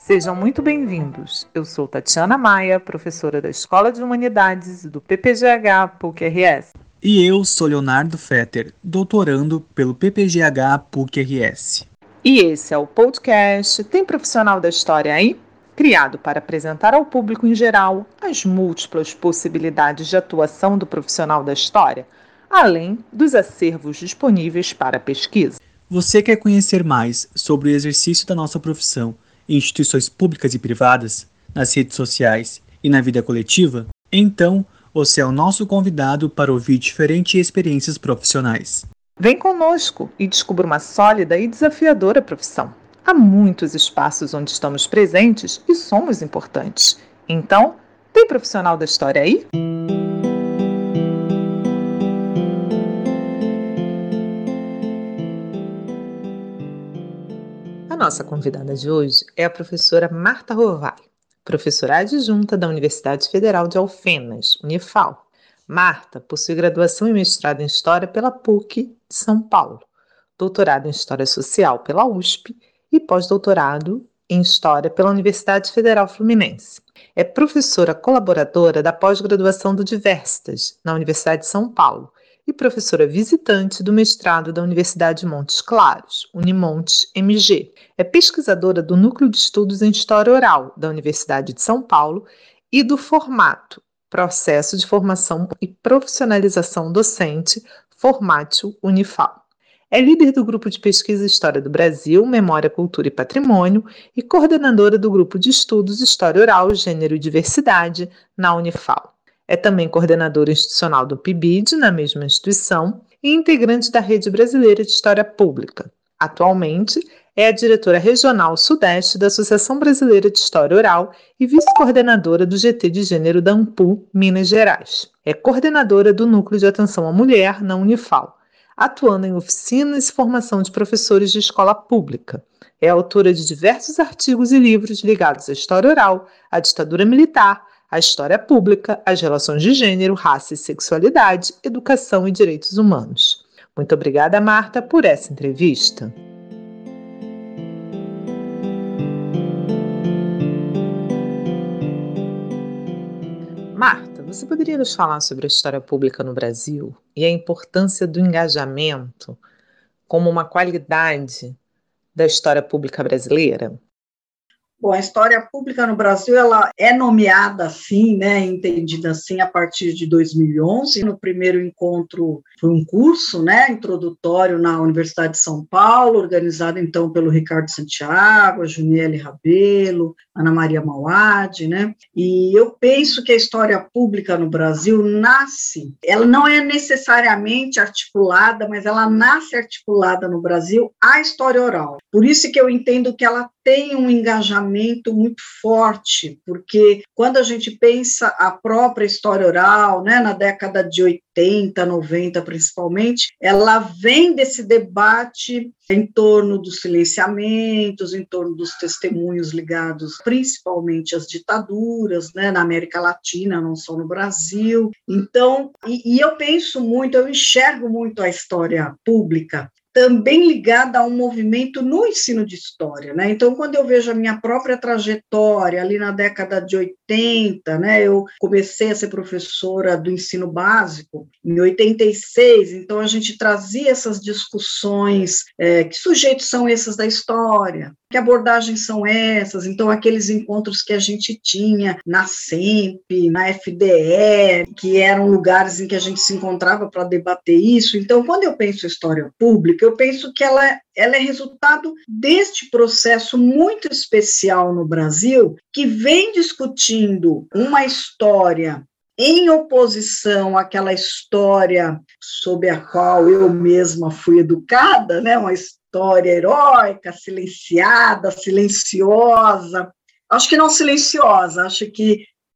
Sejam muito bem-vindos. Eu sou Tatiana Maia, professora da Escola de Humanidades do PPGH PUC-RS. E eu sou Leonardo Fetter, doutorando pelo PPGH PUC-RS. E esse é o podcast Tem Profissional da História aí? Criado para apresentar ao público em geral as múltiplas possibilidades de atuação do profissional da história, além dos acervos disponíveis para pesquisa. Você quer conhecer mais sobre o exercício da nossa profissão em instituições públicas e privadas, nas redes sociais e na vida coletiva? Então, você é o nosso convidado para ouvir diferentes experiências profissionais. Vem conosco e descubra uma sólida e desafiadora profissão. Há muitos espaços onde estamos presentes e somos importantes. Então, tem profissional da história aí? A nossa convidada de hoje é a professora Marta Rovai, professora adjunta da Universidade Federal de Alfenas, Unifal. Marta possui graduação e mestrado em História pela PUC de São Paulo, doutorado em História Social pela USP e pós-doutorado em História pela Universidade Federal Fluminense. É professora colaboradora da pós-graduação do Diversitas, na Universidade de São Paulo, e professora visitante do mestrado da Universidade de Montes Claros, Unimontes MG. É pesquisadora do Núcleo de Estudos em História Oral da Universidade de São Paulo e do formato Processo de Formação e Profissionalização Docente, Formatio Unifal. É líder do Grupo de Pesquisa História do Brasil, Memória, Cultura e Patrimônio e coordenadora do Grupo de Estudos História Oral, Gênero e Diversidade, na Unifal. É também coordenadora institucional do PIBID, na mesma instituição, e integrante da Rede Brasileira de História Pública. Atualmente, é a diretora regional Sudeste da Associação Brasileira de História Oral e vice-coordenadora do GT de Gênero da AMPU, Minas Gerais. É coordenadora do Núcleo de Atenção à Mulher, na Unifal, atuando em oficinas e formação de professores de escola pública. É autora de diversos artigos e livros ligados à história oral, à ditadura militar, à história pública, às relações de gênero, raça e sexualidade, educação e direitos humanos. Muito obrigada, Marta, por essa entrevista. Marta, você poderia nos falar sobre a história pública no Brasil e a importância do engajamento como uma qualidade da história pública brasileira? Bom, a história pública no Brasil, ela é nomeada assim, né, entendida assim, a partir de 2011. No primeiro encontro foi um curso, né, introdutório na Universidade de São Paulo, organizado então pelo Ricardo Santiago, a Juniele Rabelo, Ana Maria Mauad, né, e eu penso que a história pública no Brasil nasce, ela não é necessariamente articulada, mas ela nasce articulada no Brasil à história oral. Por isso que eu entendo que ela tem um engajamento muito forte, porque quando a gente pensa a própria história oral, né, na década de 80, 90 principalmente, ela vem desse debate em torno dos silenciamentos, em torno dos testemunhos ligados principalmente às ditaduras, né, na América Latina, não só no Brasil. Então, eu penso muito, eu enxergo muito a história pública também ligada a um movimento no ensino de história, né? Então, quando eu vejo a minha própria trajetória ali na década de 80, né, eu comecei a ser professora do ensino básico em 86, então a gente trazia essas discussões, que sujeitos são esses da história, que abordagens são essas, então aqueles encontros que a gente tinha na SEMP, na FDE, que eram lugares em que a gente se encontrava para debater isso. Então, quando eu penso em história pública, eu penso que ela é resultado deste processo muito especial no Brasil, que vem discutindo uma história em oposição àquela história sob a qual eu mesma fui educada, né, uma história heróica, silenciada, silenciosa, acho que não silenciosa, acho que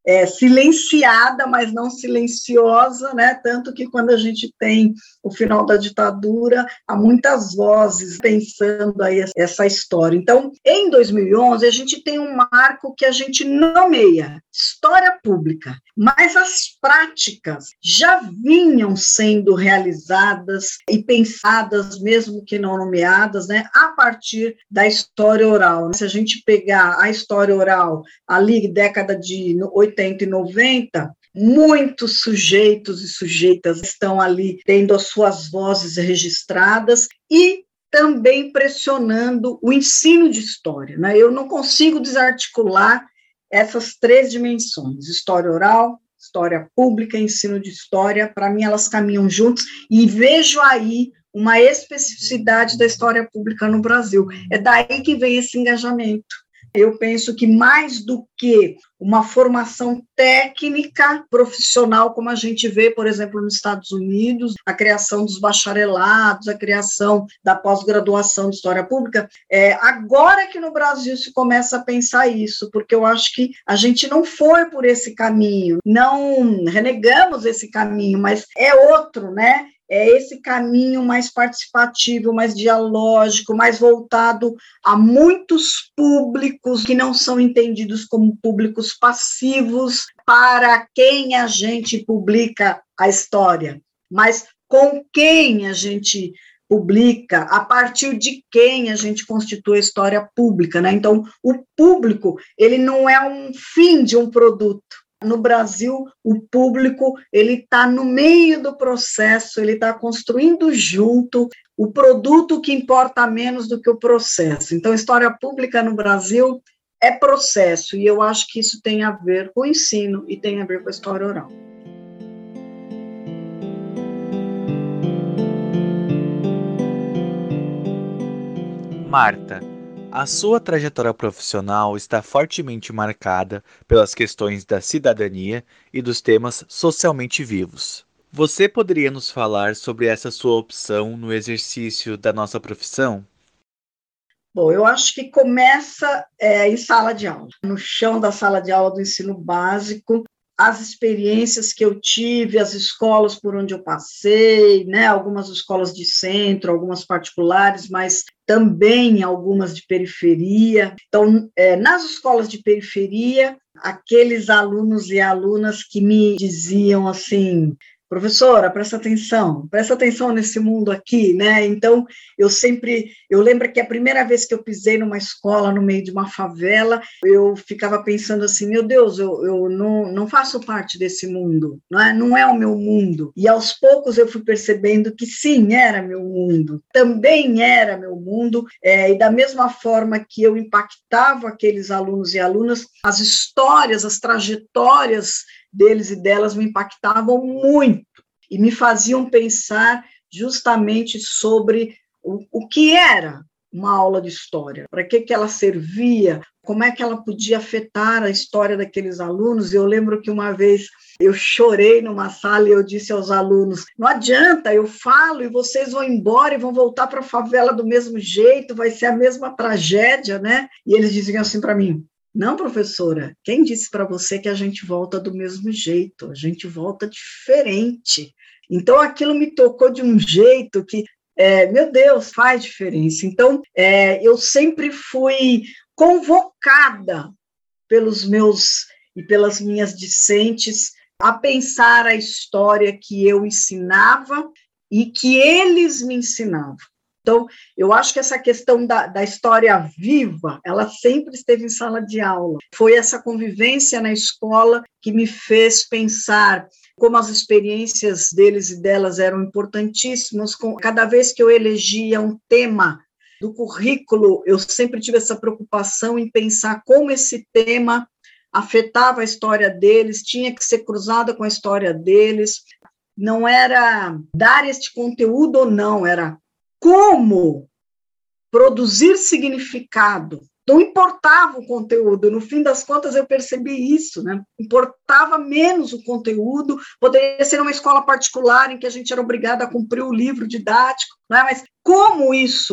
silenciada, mas não silenciosa, né? Tanto que quando a gente tem o final da ditadura, há muitas vozes pensando aí essa história. Então, em 2011, a gente tem um marco que a gente nomeia História Pública, mas as práticas já vinham sendo realizadas e pensadas, mesmo que não nomeadas, né, a partir da história oral. Se a gente pegar a história oral ali, década de 80 e 90, muitos sujeitos e sujeitas estão ali tendo as suas vozes registradas e também pressionando o ensino de história, né? Eu não consigo desarticular essas três dimensões, história oral, história pública e ensino de história. Para mim, elas caminham juntos e vejo aí uma especificidade da história pública no Brasil. É daí que vem esse engajamento. Eu penso que mais do que uma formação técnica, profissional, como a gente vê, por exemplo, nos Estados Unidos, a criação dos bacharelados, a criação da pós-graduação de História Pública, agora que no Brasil se começa a pensar isso, porque eu acho que a gente não foi por esse caminho, não renegamos esse caminho, mas é outro, né? É esse caminho mais participativo, mais dialógico, mais voltado a muitos públicos que não são entendidos como públicos passivos para quem a gente publica a história, mas com quem a gente publica, a partir de quem a gente constitui a história pública, né? Então, o público, ele não é um fim de um produto. No Brasil, o público ele está no meio do processo, ele está construindo junto o produto que importa menos do que o processo. Então, história pública no Brasil é processo, e eu acho que isso tem a ver com o ensino e tem a ver com a história oral. Marta, a sua trajetória profissional está fortemente marcada pelas questões da cidadania e dos temas socialmente vivos. Você poderia nos falar sobre essa sua opção no exercício da nossa profissão? Bom, eu acho que começa em sala de aula, no chão da sala de aula do ensino básico, as experiências que eu tive, as escolas por onde eu passei, né, algumas escolas de centro, algumas particulares, mas também algumas de periferia. Então, nas escolas de periferia, aqueles alunos e alunas que me diziam assim: professora, presta atenção nesse mundo aqui, né? Então, eu lembro que a primeira vez que eu pisei numa escola no meio de uma favela, eu ficava pensando assim: meu Deus, eu não faço parte desse mundo, não é o meu mundo. E aos poucos eu fui percebendo que sim, era meu mundo, também era meu mundo, e da mesma forma que eu impactava aqueles alunos e alunas, as histórias, as trajetórias deles e delas me impactavam muito e me faziam pensar justamente sobre o que era uma aula de história, para que ela servia, como é que ela podia afetar a história daqueles alunos. Eu lembro que uma vez eu chorei numa sala e eu disse aos alunos: não adianta, eu falo e vocês vão embora e vão voltar para a favela do mesmo jeito, vai ser a mesma tragédia, né? E eles diziam assim para mim: não, professora, quem disse para você que a gente volta do mesmo jeito? A gente volta diferente. Então, aquilo me tocou de um jeito que, meu Deus, faz diferença. Então, eu sempre fui convocada pelos meus e pelas minhas discentes a pensar a história que eu ensinava e que eles me ensinavam. Então, eu acho que essa questão da história viva, ela sempre esteve em sala de aula. Foi essa convivência na escola que me fez pensar como as experiências deles e delas eram importantíssimas. Cada vez que eu elegia um tema do currículo, eu sempre tive essa preocupação em pensar como esse tema afetava a história deles, tinha que ser cruzada com a história deles. Não era dar este conteúdo ou não, era como produzir significado. Não importava o conteúdo, no fim das contas eu percebi isso, né? Importava menos o conteúdo, poderia ser uma escola particular em que a gente era obrigado a cumprir o livro didático, né? Mas como isso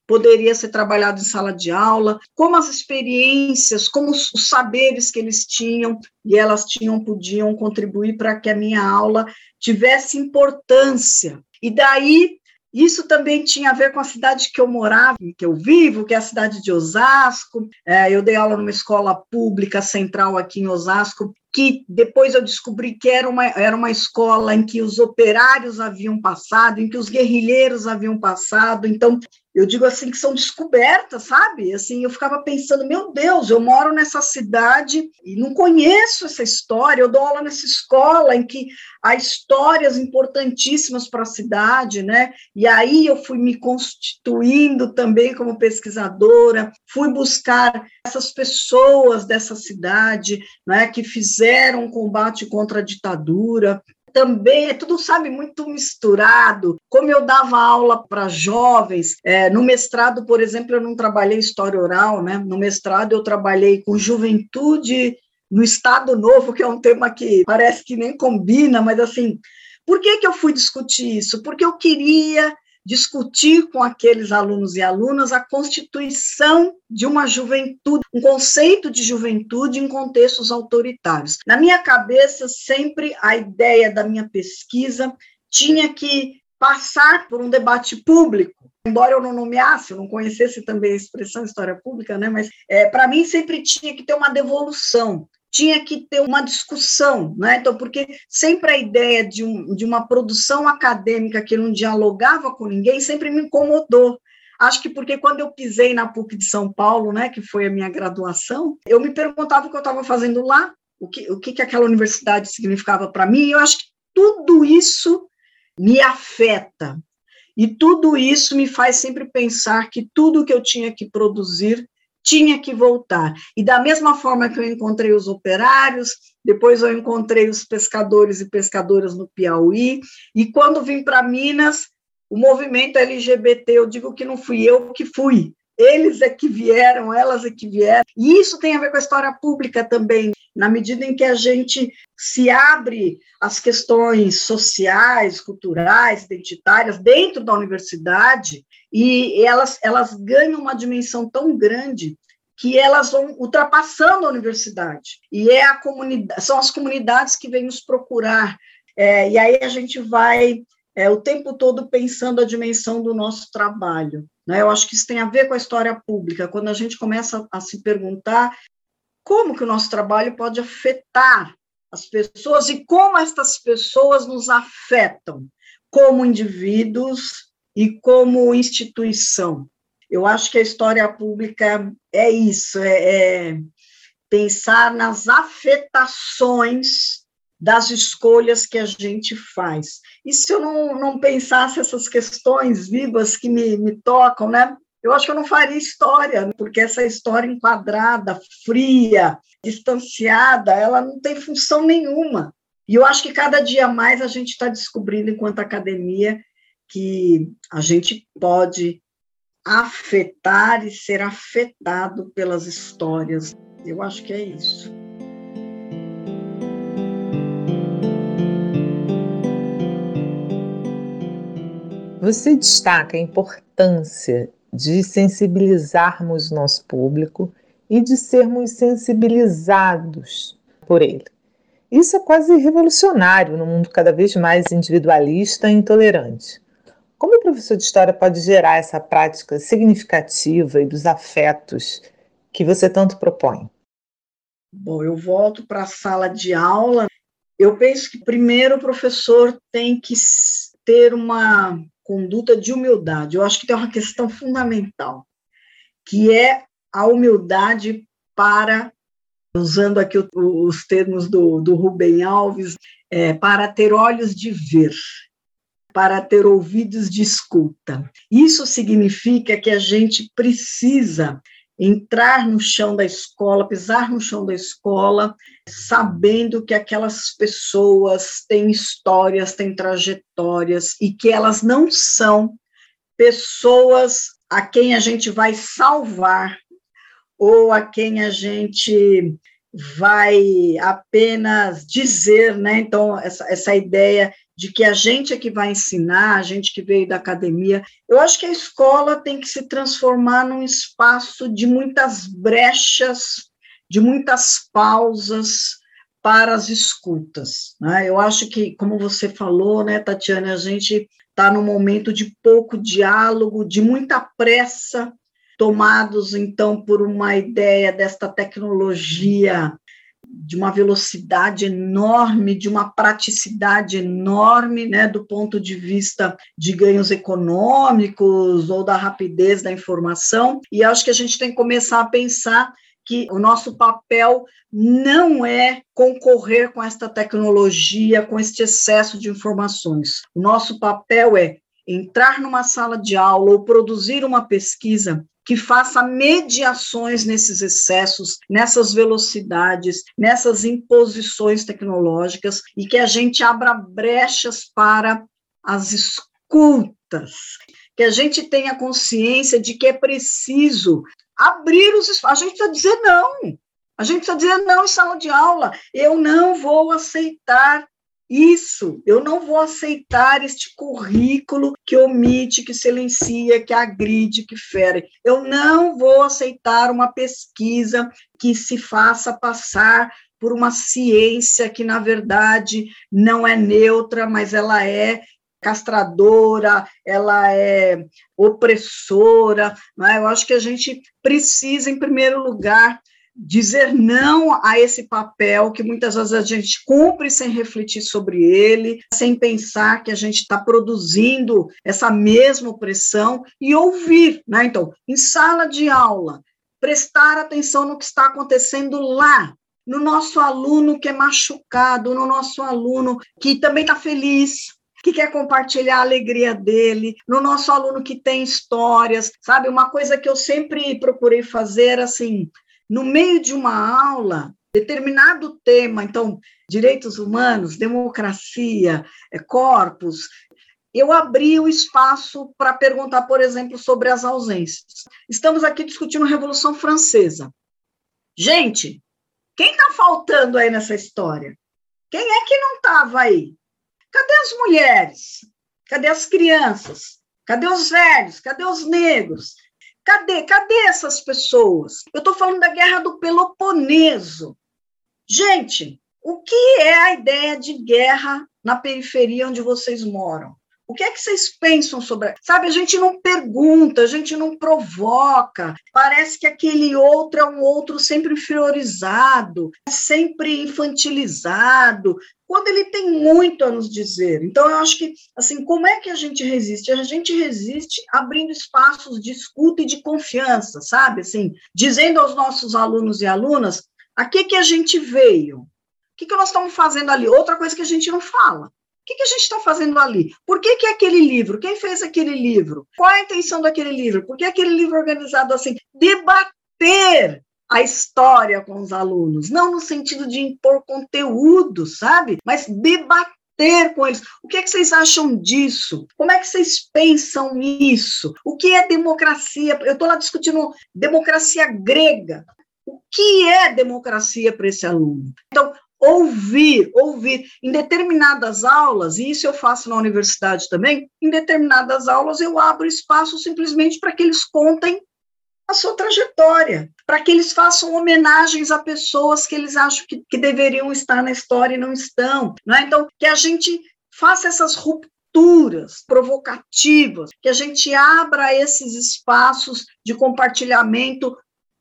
poderia ser trabalhado em sala de aula, como as experiências, como os saberes que eles tinham e elas podiam contribuir para que a minha aula tivesse importância. E daí, isso também tinha a ver com a cidade que eu morava, que eu vivo, que é a cidade de Osasco. Eu dei aula numa escola pública central aqui em Osasco, que depois eu descobri que era uma escola em que os operários haviam passado, em que os guerrilheiros haviam passado. Então, eu digo assim que são descobertas, sabe? Assim, eu ficava pensando, meu Deus, eu moro nessa cidade e não conheço essa história, eu dou aula nessa escola em que há histórias importantíssimas para a cidade, né? E aí eu fui me constituindo também como pesquisadora, fui buscar essas pessoas dessa cidade, né, que fizeram um combate contra a ditadura. Também é tudo, sabe, muito misturado. Como eu dava aula para jovens, no mestrado, por exemplo, eu não trabalhei história oral, né? No mestrado eu trabalhei com juventude no Estado Novo, que é um tema que parece que nem combina, mas assim, por que eu fui discutir isso? Porque eu queria discutir com aqueles alunos e alunas a constituição de uma juventude, um conceito de juventude em contextos autoritários. Na minha cabeça, sempre a ideia da minha pesquisa tinha que passar por um debate público, embora eu não nomeasse, eu não conhecesse também a expressão história pública, né? Mas para mim sempre tinha que ter uma devolução, tinha que ter uma discussão, né? Então, porque sempre a ideia de uma produção acadêmica que não dialogava com ninguém sempre me incomodou. Acho que porque quando eu pisei na PUC de São Paulo, né, que foi a minha graduação, eu me perguntava o que eu estava fazendo lá, o que aquela universidade significava para mim, e eu acho que tudo isso me afeta, e tudo isso me faz sempre pensar que tudo que eu tinha que produzir tinha que voltar. E da mesma forma que eu encontrei os operários, depois eu encontrei os pescadores e pescadoras no Piauí, e quando vim para Minas, o movimento LGBT, eu digo que não fui eu que fui, eles é que vieram, elas é que vieram, e isso tem a ver com a história pública também, na medida em que a gente se abre às questões sociais, culturais, identitárias, dentro da universidade, e elas ganham uma dimensão tão grande que elas vão ultrapassando a universidade, e são as comunidades que vêm nos procurar, e aí a gente vai o tempo todo pensando a dimensão do nosso trabalho, né? Eu acho que isso tem a ver com a história pública, quando a gente começa a se perguntar como que o nosso trabalho pode afetar as pessoas e como estas pessoas nos afetam como indivíduos e como instituição. Eu acho que a história pública é isso, é pensar nas afetações das escolhas que a gente faz. E se eu não pensasse essas questões vivas que me tocam, né? Eu acho que eu não faria história, porque essa história enquadrada, fria, distanciada, ela não tem função nenhuma. E eu acho que cada dia mais a gente está descobrindo, enquanto academia, que a gente pode afetar e ser afetado pelas histórias. Eu acho que é isso. Você destaca a importância de sensibilizarmos o nosso público e de sermos sensibilizados por ele. Isso é quase revolucionário num mundo cada vez mais individualista e intolerante. Como o professor de história pode gerar essa prática significativa e dos afetos que você tanto propõe? Bom, eu volto para a sala de aula. Eu penso que primeiro o professor tem que ter uma conduta de humildade. Eu acho que tem uma questão fundamental, que é a humildade para, usando aqui os termos do Rubem Alves, para ter olhos de ver, para ter ouvidos de escuta. Isso significa que a gente precisa entrar no chão da escola, pisar no chão da escola, sabendo que aquelas pessoas têm histórias, têm trajetórias, e que elas não são pessoas a quem a gente vai salvar, ou a quem a gente vai apenas dizer, né? Então, essa ideia de que a gente é que vai ensinar, a gente que veio da academia. Eu acho que a escola tem que se transformar num espaço de muitas brechas, de muitas pausas para as escutas, né? Eu acho que, como você falou, né, Tatiana, a gente está num momento de pouco diálogo, de muita pressa, tomados, então, por uma ideia desta tecnologia de uma velocidade enorme, de uma praticidade enorme, né, do ponto de vista de ganhos econômicos ou da rapidez da informação, e acho que a gente tem que começar a pensar que o nosso papel não é concorrer com esta tecnologia, com este excesso de informações. O nosso papel é entrar numa sala de aula ou produzir uma pesquisa que faça mediações nesses excessos, nessas velocidades, nessas imposições tecnológicas, e que a gente abra brechas para as escutas, que a gente tenha consciência de que é preciso abrir os espaços. A gente precisa dizer não. A gente precisa dizer não em sala de aula. Eu não vou aceitar isso. Eu não vou aceitar este currículo que omite, que silencia, que agride, que fere. Eu não vou aceitar uma pesquisa que se faça passar por uma ciência que, na verdade, não é neutra, mas ela é castradora, ela é opressora, né? Eu acho que a gente precisa, em primeiro lugar, dizer não a esse papel que muitas vezes a gente cumpre sem refletir sobre ele, sem pensar que a gente está produzindo essa mesma opressão, e ouvir, né? Então, em sala de aula, prestar atenção no que está acontecendo lá, no nosso aluno que é machucado, no nosso aluno que também está feliz, que quer compartilhar a alegria dele, no nosso aluno que tem histórias, sabe? Uma coisa que eu sempre procurei fazer, assim, no meio de uma aula, determinado tema, então, direitos humanos, democracia, corpos, eu abri o espaço para perguntar, por exemplo, sobre as ausências. Estamos aqui discutindo a Revolução Francesa. Gente, quem está faltando aí nessa história? Quem é que não estava aí? Cadê as mulheres? Cadê as crianças? Cadê os velhos? Cadê os negros? Cadê essas pessoas? Eu estou falando da Guerra do Peloponeso. Gente, o que é a ideia de guerra na periferia onde vocês moram? O que é que vocês pensam sobre... Sabe, a gente não pergunta, a gente não provoca, parece que aquele outro é um outro sempre inferiorizado, sempre infantilizado, quando ele tem muito a nos dizer. Então, eu acho que, assim, como é que a gente resiste? A gente resiste abrindo espaços de escuta e de confiança, sabe? Assim, dizendo aos nossos alunos e alunas, a que a gente veio? O que nós estamos fazendo ali? Outra coisa que a gente não fala. O que a gente está fazendo ali? Por que aquele livro? Quem fez aquele livro? Qual é a intenção daquele livro? Por que aquele livro organizado assim? Debater a história com os alunos, não no sentido de impor conteúdo, sabe? Mas debater com eles. O que vocês acham disso? Como é que vocês pensam nisso? O que é democracia? Eu estou lá discutindo democracia grega. O que é democracia para esse aluno? Então, ouvir, em determinadas aulas, e isso eu faço na universidade também, em determinadas aulas eu abro espaço simplesmente para que eles contem a sua trajetória, para que eles façam homenagens a pessoas que eles acham que deveriam estar na história e não estão, né? Então, que a gente faça essas rupturas provocativas, que a gente abra esses espaços de compartilhamento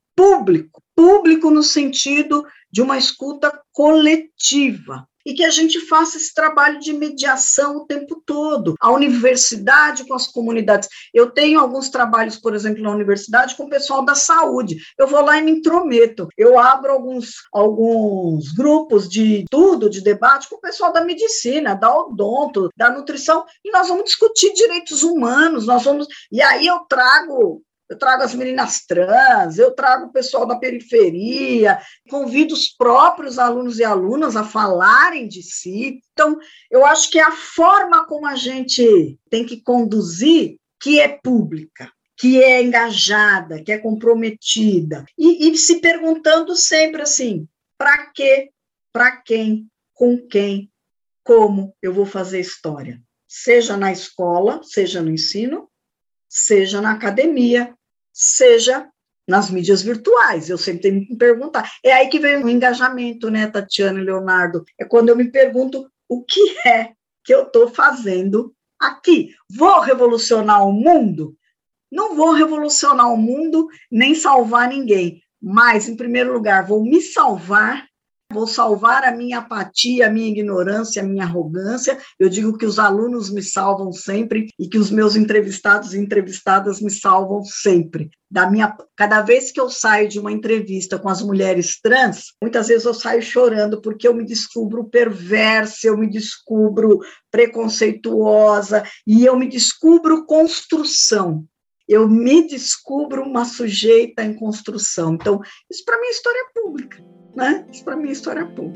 público no sentido de uma escuta coletiva, e que a gente faça esse trabalho de mediação o tempo todo, a universidade com as comunidades. Eu tenho alguns trabalhos, por exemplo, na universidade com o pessoal da saúde, eu vou lá e me intrometo, eu abro alguns grupos de estudo, de debate com o pessoal da medicina, da odonto, da nutrição, e nós vamos discutir direitos humanos, e aí eu trago as meninas trans, eu trago o pessoal da periferia, convido os próprios alunos e alunas a falarem de si. Então, eu acho que é a forma como a gente tem que conduzir que é pública, que é engajada, que é comprometida, e se perguntando sempre assim, para quê, para quem, com quem, como eu vou fazer história. Seja na escola, seja no ensino, seja na academia, seja nas mídias virtuais. Eu sempre tenho que me perguntar. É aí que vem o engajamento, né, Tatiana e Leonardo? É quando eu me pergunto o que é que eu estou fazendo aqui. Vou revolucionar o mundo? Não vou revolucionar o mundo, nem salvar ninguém, mas, em primeiro lugar, vou me salvar, vou salvar a minha apatia, a minha ignorância, a minha arrogância. Eu digo que os alunos me salvam sempre e que os meus entrevistados e entrevistadas me salvam sempre. Cada vez que eu saio de uma entrevista com as mulheres trans, muitas vezes eu saio chorando porque eu me descubro perversa, eu me descubro preconceituosa e eu me descubro construção. Eu me descubro uma sujeita em construção. Então, isso para mim é história pública, né? Isso para mim é história pública.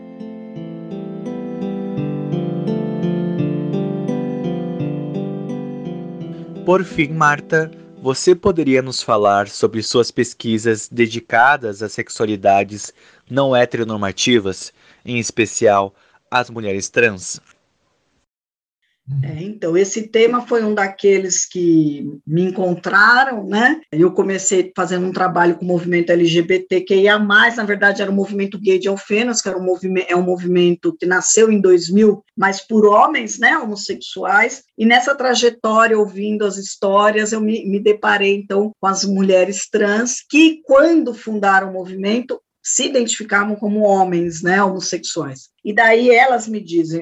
Por fim, Marta, você poderia nos falar sobre suas pesquisas dedicadas às sexualidades não heteronormativas, em especial às mulheres trans? Então, esse tema foi um daqueles que me encontraram, né? Eu comecei fazendo um trabalho com o movimento LGBTQIA+, na verdade era o movimento gay de Alfenas, que é um movimento que nasceu em 2000, mas por homens, né, homossexuais, e nessa trajetória, ouvindo as histórias, eu me deparei, então, com as mulheres trans, que, quando fundaram o movimento, se identificavam como homens, né, homossexuais. E daí elas me dizem,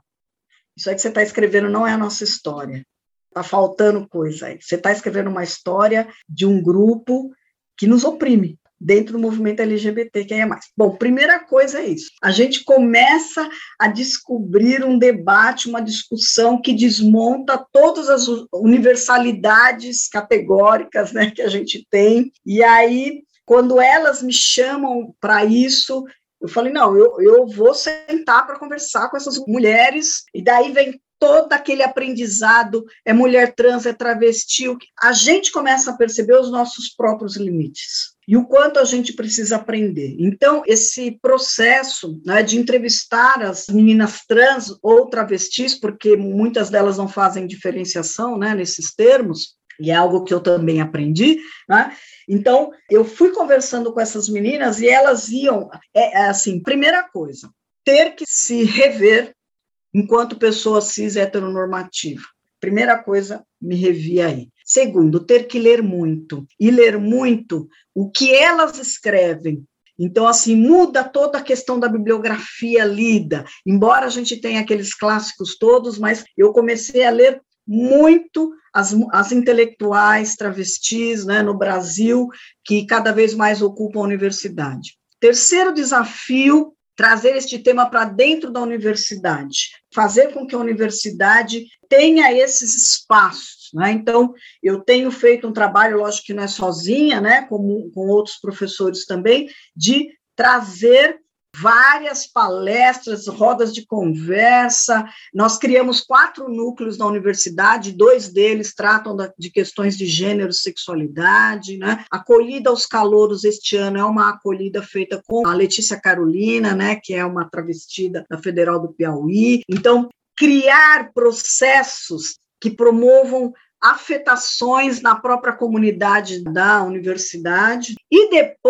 isso aí que você está escrevendo não é a nossa história. Está faltando coisa aí. Você está escrevendo uma história de um grupo que nos oprime dentro do movimento LGBTQIA+. Bom, primeira coisa é isso. A gente começa a descobrir um debate, uma discussão que desmonta todas as universalidades categóricas, né, que a gente tem. E aí, quando elas me chamam para isso, eu falei, não, eu vou sentar para conversar com essas mulheres, e daí vem todo aquele aprendizado, é mulher trans, é travesti, a gente começa a perceber os nossos próprios limites, e o quanto a gente precisa aprender. Então, esse processo, né, de entrevistar as meninas trans ou travestis, porque muitas delas não fazem diferenciação, né, nesses termos, e é algo que eu também aprendi, né? Então, eu fui conversando com essas meninas e elas iam, assim, primeira coisa, ter que se rever enquanto pessoa cis heteronormativa. Primeira coisa, me revi aí. Segundo, ter que ler muito. E ler muito o que elas escrevem. Então, assim, muda toda a questão da bibliografia lida. Embora a gente tenha aqueles clássicos todos, mas eu comecei a ler muito as intelectuais travestis, né, no Brasil, que cada vez mais ocupam a universidade. Terceiro desafio, trazer este tema para dentro da universidade, fazer com que a universidade tenha esses espaços, né? Então, eu tenho feito um trabalho, lógico que não é sozinha, né, com outros professores também, de trazer várias palestras, rodas de conversa. Nós criamos 4 núcleos na universidade, 2 deles tratam de questões de gênero e sexualidade, né? Acolhida aos calouros este ano é uma acolhida feita com a Letícia Carolina, né, que é uma travestida da Federal do Piauí. Então, criar processos que promovam afetações na própria comunidade da universidade. E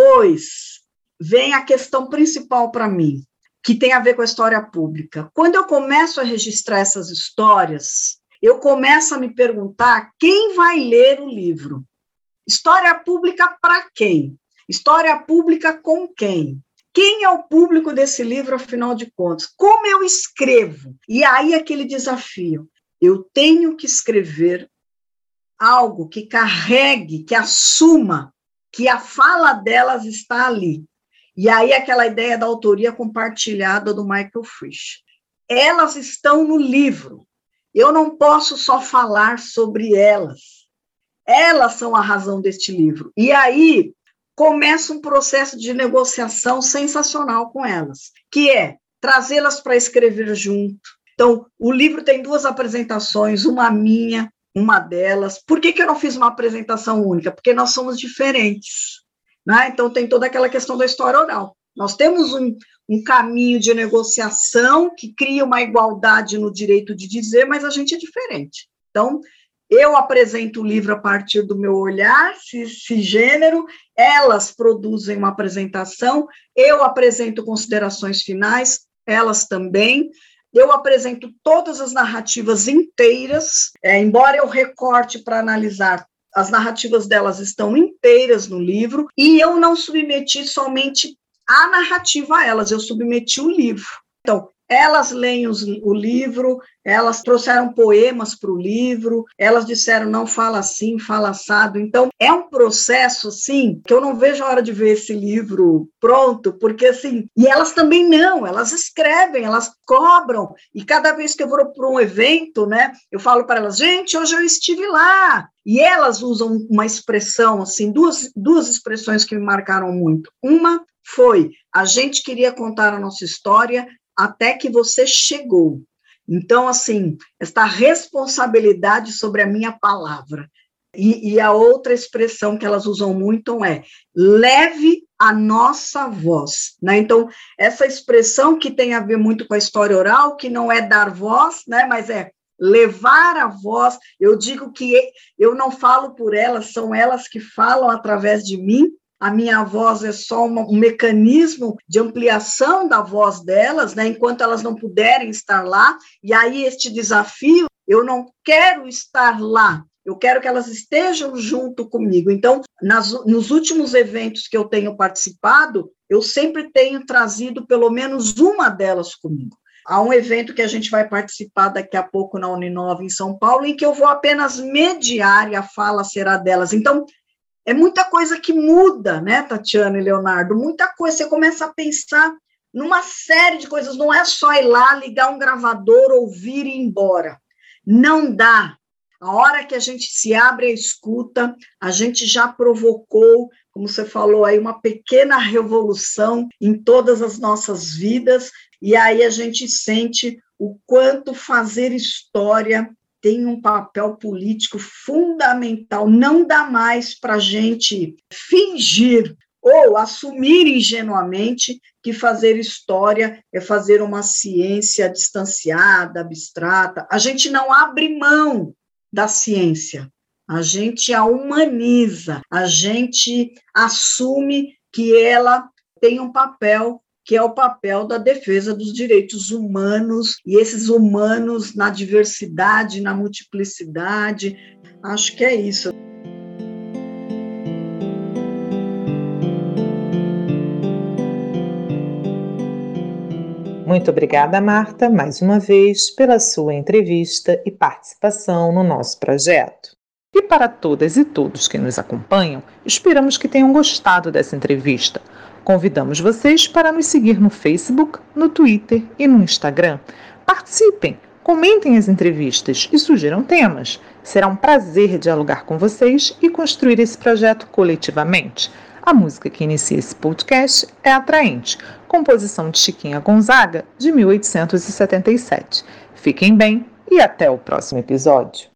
depois vem a questão principal para mim, que tem a ver com a história pública. Quando eu começo a registrar essas histórias, eu começo a me perguntar quem vai ler o livro. História pública para quem? História pública com quem? Quem é o público desse livro, afinal de contas? Como eu escrevo? E aí aquele desafio. Eu tenho que escrever algo que carregue, que assuma que a fala delas está ali. E aí aquela ideia da autoria compartilhada do Michael Frisch. Elas estão no livro. Eu não posso só falar sobre elas. Elas são a razão deste livro. E aí começa um processo de negociação sensacional com elas, que é trazê-las para escrever junto. Então, o livro tem 2 apresentações, uma minha, uma delas. Por que eu não fiz uma apresentação única? Porque nós somos diferentes. Né? Então, tem toda aquela questão da história oral. Nós temos um caminho de negociação que cria uma igualdade no direito de dizer, mas a gente é diferente. Então, eu apresento o livro a partir do meu olhar cisgênero, elas produzem uma apresentação, eu apresento considerações finais, elas também. Eu apresento todas as narrativas inteiras, embora eu recorte para analisar, as narrativas delas estão inteiras no livro, e eu não submeti somente a narrativa a elas, eu submeti o livro. Então, elas leem o livro, elas trouxeram poemas para o livro, elas disseram, não, fala assim, fala assado. Então, é um processo, assim, que eu não vejo a hora de ver esse livro pronto, porque, assim, e elas também não, elas escrevem, elas cobram, e cada vez que eu vou para um evento, né, eu falo para elas, gente, hoje eu estive lá, e elas usam uma expressão, assim, duas expressões que me marcaram muito. Uma foi, a gente queria contar a nossa história, até que você chegou. Então, assim, esta responsabilidade sobre a minha palavra. E a outra expressão que elas usam muito é leve a nossa voz, né? Então, essa expressão que tem a ver muito com a história oral, que não é dar voz, né? Mas é levar a voz. Eu digo que eu não falo por elas, são elas que falam através de mim. A minha voz é só um mecanismo de ampliação da voz delas, né, enquanto elas não puderem estar lá, e aí este desafio, eu não quero estar lá, eu quero que elas estejam junto comigo. Então, nos últimos eventos que eu tenho participado, eu sempre tenho trazido pelo menos uma delas comigo. Há um evento que a gente vai participar daqui a pouco na Uninove, em São Paulo, em que eu vou apenas mediar e a fala será delas. Então, é muita coisa que muda, né, Tatiana e Leonardo? Muita coisa. Você começa a pensar numa série de coisas. Não é só ir lá, ligar um gravador, ouvir e ir embora. Não dá. A hora que a gente se abre à escuta, a gente já provocou, como você falou aí, uma pequena revolução em todas as nossas vidas, e aí a gente sente o quanto fazer história tem um papel político fundamental. Não dá mais para a gente fingir ou assumir ingenuamente que fazer história é fazer uma ciência distanciada, abstrata. A gente não abre mão da ciência, a gente a humaniza, a gente assume que ela tem um papel, que é o papel da defesa dos direitos humanos, e esses humanos na diversidade, na multiplicidade. Acho que é isso. Muito obrigada, Marta, mais uma vez, pela sua entrevista e participação no nosso projeto. E para todas e todos que nos acompanham, esperamos que tenham gostado dessa entrevista. Convidamos vocês para nos seguir no Facebook, no Twitter e no Instagram. Participem, comentem as entrevistas e sugiram temas. Será um prazer dialogar com vocês e construir esse projeto coletivamente. A música que inicia esse podcast é Atraente, composição de Chiquinha Gonzaga, de 1877. Fiquem bem e até o próximo episódio.